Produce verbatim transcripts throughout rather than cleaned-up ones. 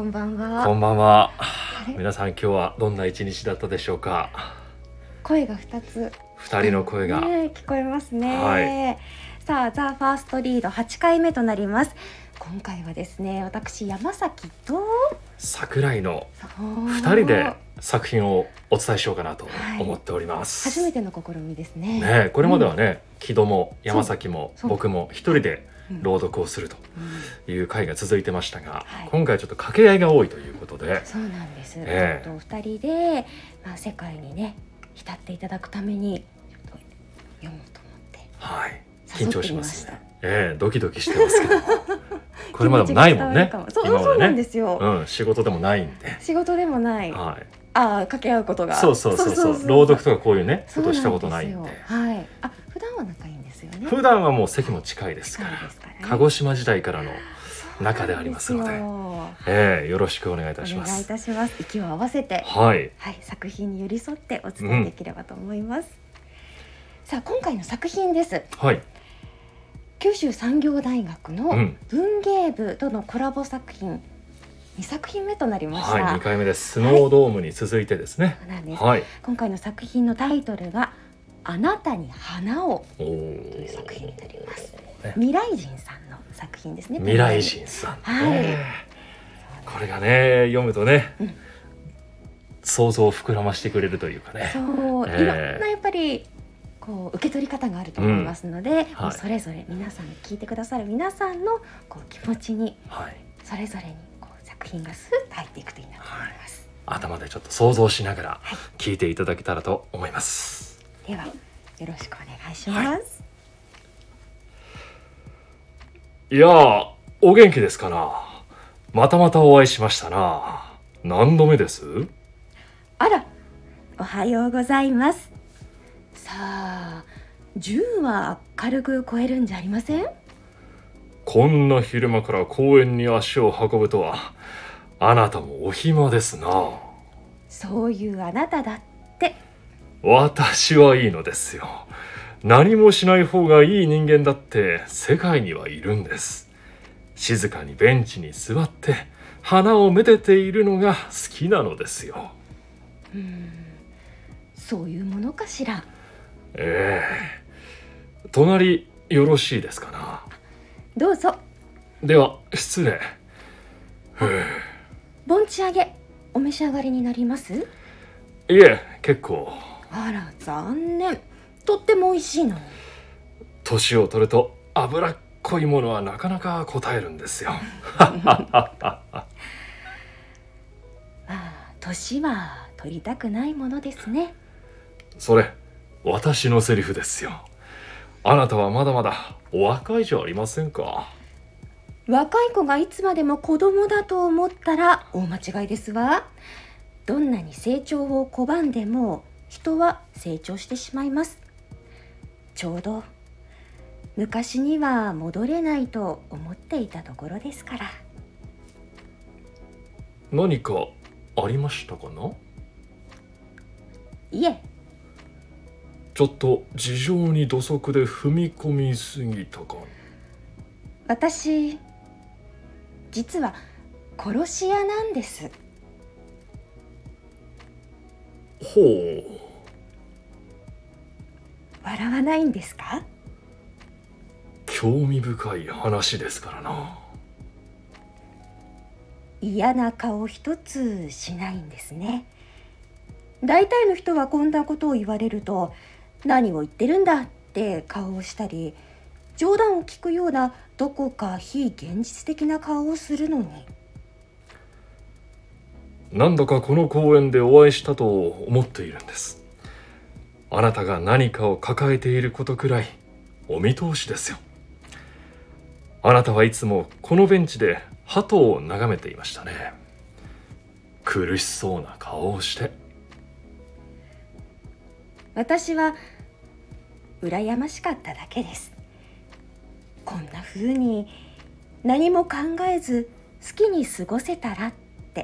んばんは。 こんばんは。皆さん今日はどんな一日だったでしょうか。 声がふたつ、 二人の声が、 ね、聞こえますね、 はい、 さあザ・ファーストリードはちかいめとなります。今回はですね、私山崎と桜井のふたりで作品をお伝えしようかなと思っております、 はい、初めての試みですね。 ね、これまではね、うん、木戸も山崎も僕も一人で朗読をするという回が続いてましたが、うん、今回ちょっと掛け合いが多いということで、 そうなんです、 えー、 ちょっとふたりで、まあ、世界にね浸っていただくためにちょっと読もうと思って、 はい、緊張しますね、えー、ドキドキしてますけどこれまでもないもんね。 そう、今までね、そうなんですよ、 うん、仕事でもないんで仕事でもない、 はい、 ああ掛け合うことがそうそうそうそう、朗読とかこういうねことしたことないんで、 はい、あ、普段は仲いいんですよね。 普段はもう席も近いですから、はい、からね、鹿児島時代からの仲でありますので、えー、よろしくお願いいたします。 お願いいたします。息を合わせて、 はい、 はい、作品に寄り添ってお伝えできればと思います、うん、さあ今回の作品です、 はい、 九州産業大学の文芸部とのコラボ作品、にさく品目となりました、 はい、にかいめです。スノードームに続いてですね、 はい、そうなんです、 はい、 今回の作品のタイトルがあなたに花をという作品になります、ね、未来人さんの作品ですね。 未来人さん、 はい、 えー、これがね読むとね、うん、想像を膨らましてくれるというかね、 そう、えー、いろんなやっぱりこう受け取り方があると思いますので、うん、はい、それぞれ皆さん聞いてくださる皆さんのこう気持ちに、はい、それぞれにこう作品がスーッと入っていくといいなと思います、 はい、頭でちょっと想像しながら聞いていただけたらと思います、 はい、ではよろしくお願いします、はい、 いやー、お元気ですかな。またまたお会いしましたな。何度目です？ あら、おはようございます。さあ、じゅうは軽く超えるんじゃありません？ こんな昼間から公園に足を運ぶとは、あなたもお暇ですな。 そういうあなただって。 私はいいのですよ。何もしない方がいい人間だって世界にはいるんです。静かにベンチに座って花をめでているのが好きなのですよ。 うーん、そういうものかしら。 ええ、隣よろしいですかな。 どうぞ。 では失礼。 盆地揚げお召し上がりになります？ いえ、結構。 あら、残念。とっても美味しいのに。 年を取ると脂っこいものはなかなかこたえるんですよ。まあ、年は取りたくないものですね。 それ私のセリフですよ。あなたはまだまだお若いじゃありませんか。 若い子がいつまでも子供だと思ったら大間違いですわ。どんなに成長を拒んでも人は成長してしまいます。ちょうど昔には戻れないと思っていたところですから。 何かありましたかな。 いえ、 ちょっと事情に土足で踏み込みすぎたか。 私実は殺し屋なんです。 ほう。 笑わないんですか。 興味深い話ですからな。 嫌な顔一つしないんですね。大体の人はこんなことを言われると、何を言ってるんだって顔をしたり、冗談を聞くようなどこか非現実的な顔をするのに。 なんだかこの公園でお会いしたと思っているんです。あなたが何かを抱えていることくらいお見通しですよ。あなたはいつもこのベンチで鳩を眺めていましたね。苦しそうな顔をして。 私は羨ましかっただけです。こんな風に何も考えず好きに過ごせたらって。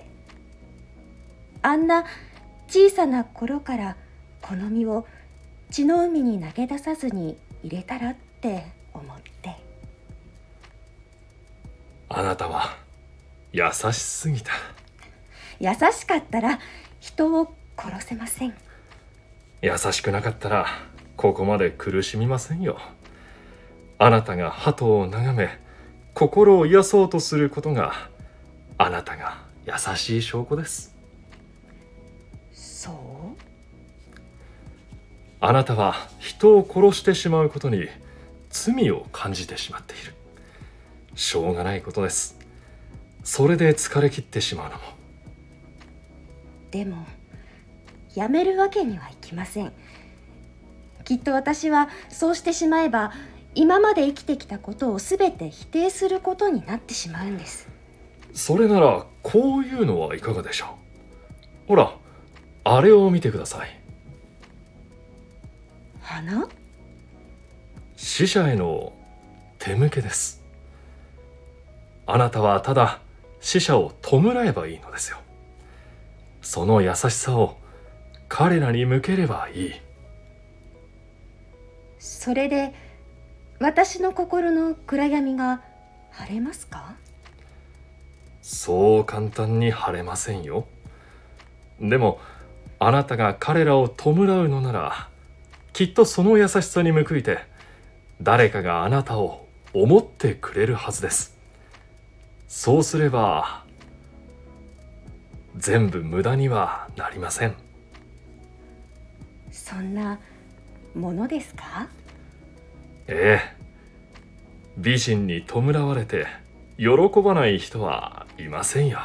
あんな小さな頃からこの身を血の海に投げ出さずに入れたらって思って。 あなたは優しすぎた。 優しかったら人を殺せません。 優しくなかったらここまで苦しみませんよ。あなたが鳩を眺め心を癒そうとすることがあなたが優しい証拠です。 そう？ あなたは人を殺してしまうことに罪を感じてしまっている。しょうがないことです。それで疲れ切ってしまうのも。 でもやめるわけにはいきません。きっと私はそうしてしまえば今まで生きてきたことをすべて否定することになってしまうんです。 それならこういうのはいかがでしょう。ほら、あれを見てください。 花？ 死者への手向けです。あなたはただ死者を弔えばいいのですよ。その優しさを彼らに向ければいい。 それで私の心の暗闇が晴れますか？ そう簡単に晴れませんよ。でもあなたが彼らを弔うのならきっとその優しさに報いて誰かがあなたを思ってくれるはずです。そうすれば全部無駄にはなりません。 そんなものですか？ ええ、美人に弔われて喜ばない人はいませんよ。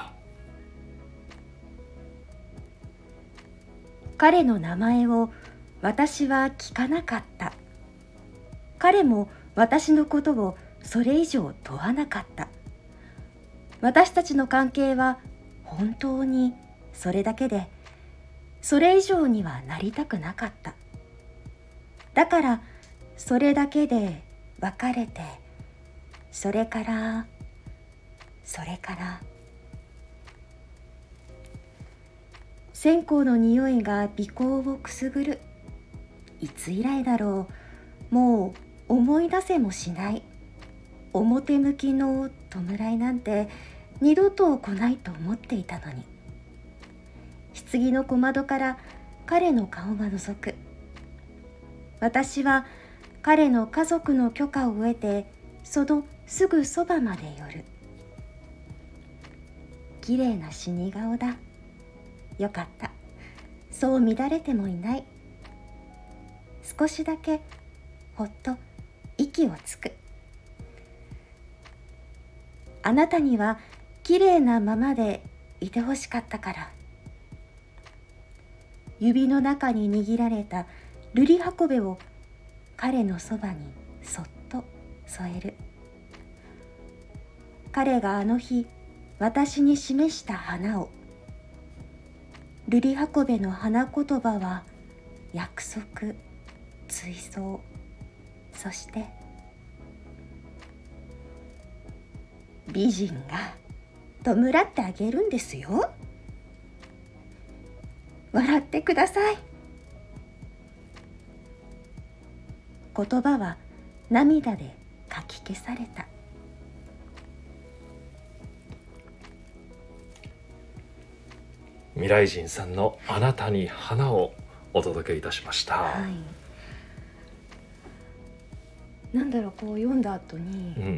彼の名前を私は聞かなかった。彼も私のことをそれ以上問わなかった。私たちの関係は本当にそれだけで、それ以上にはなりたくなかった。だからそれだけで別れて、それからそれから線香の匂いが鼻孔をくすぐる。いつ以来だろう。もう思い出せもしない。表向きの弔いなんて二度と来ないと思っていたのに。棺の小窓から彼の顔が覗く。私は彼の家族の許可を得てそのすぐそばまで寄る。きれいな死に顔だ。よかった。そう乱れてもいない。少しだけほっと息をつく。あなたにはきれいなままでいてほしかったから。指の中に握られた瑠璃箱べを彼のそばにそっと添える。彼があの日私に示した花を。瑠璃箱べの花言葉は約束、追想、そして美人が弔ってあげるんですよ。笑ってください。言葉は涙でかき消された。 未来人さんのあなたに花をお届けいたしました。 はい、なんだろう、こう読んだ後に、 うん、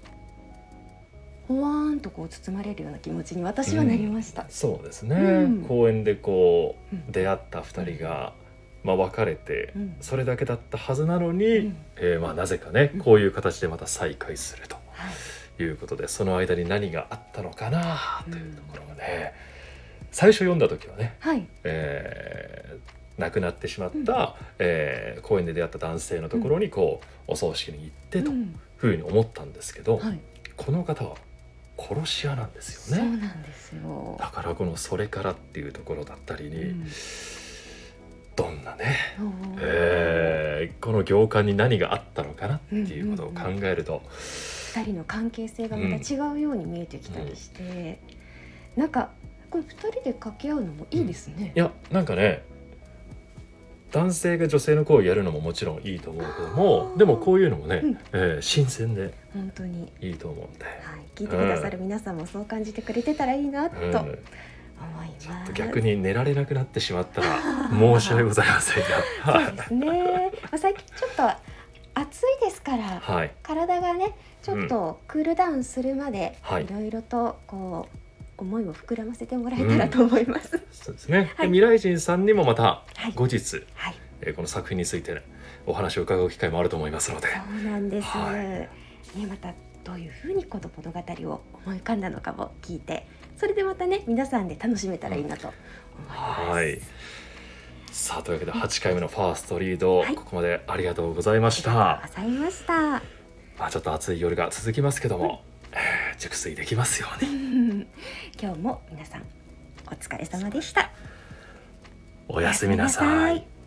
ほわーんとこう包まれるような気持ちに私はなりました。 うん、そうですね、 うん、 公園でこう、 うん、 出会ったふたりが、まあ、別れて、 うん、 それだけだったはずなのに、 うん、えーまあ、なぜかね、うん、こういう形でまた再会するということで、その間に何があったのかなというところがね、うん、最初読んだ時はね、はい、えー、亡くなってしまった、うん、えー、公園で出会った男性のところにこう、うん、お葬式に行ってというふうに思ったんですけど、はい、この方は殺し屋なんですよね。 そうなんですよ。 だからこのそれからっていうところだったりに、うん、どんなね、えー、この行間に何があったのかなっていうことを考えると、うんうんうん、 ふたりの関係性がまた違うように見えてきたりして、うん、なんかこれふたりで掛け合うのもいいですね。 うん、いやなんかね、 男性が女性の声をやるのももちろんいいと思うけども、でもこういうのもね、 うんえー新鮮で本当に、 いいと思うんで、 はい、聞いてくださる皆さんもそう感じてくれてたらいいなとうん思います。 逆に寝られなくなってしまったら申し訳ございませんがそうですね、まあ、最近ちょっと暑いですから、 はい体がねちょっとクールダウンするまで、 はいいろいろとこう思いを膨らませてもらえたらと思います、 そうですね、 はいで未来人さんにもまたはい後日、 はい、 えーこの作品について、ね、お話を伺う機会もあると思いますので、 そうなんです、 はいね、またどういうふうにこの物語を思い浮かんだのかも聞いて、それでまたね皆さんで楽しめたらいいなと思います、 はいさあというわけではちかいめのファーストリード、 はいここまでありがとうございましあた。 りがとうございましたまあ、ちょっと暑い夜が続きますけども、えー熟睡できますように。 今日も皆さんお疲れ様でした。 おやすみなさい。 おやすみなさい。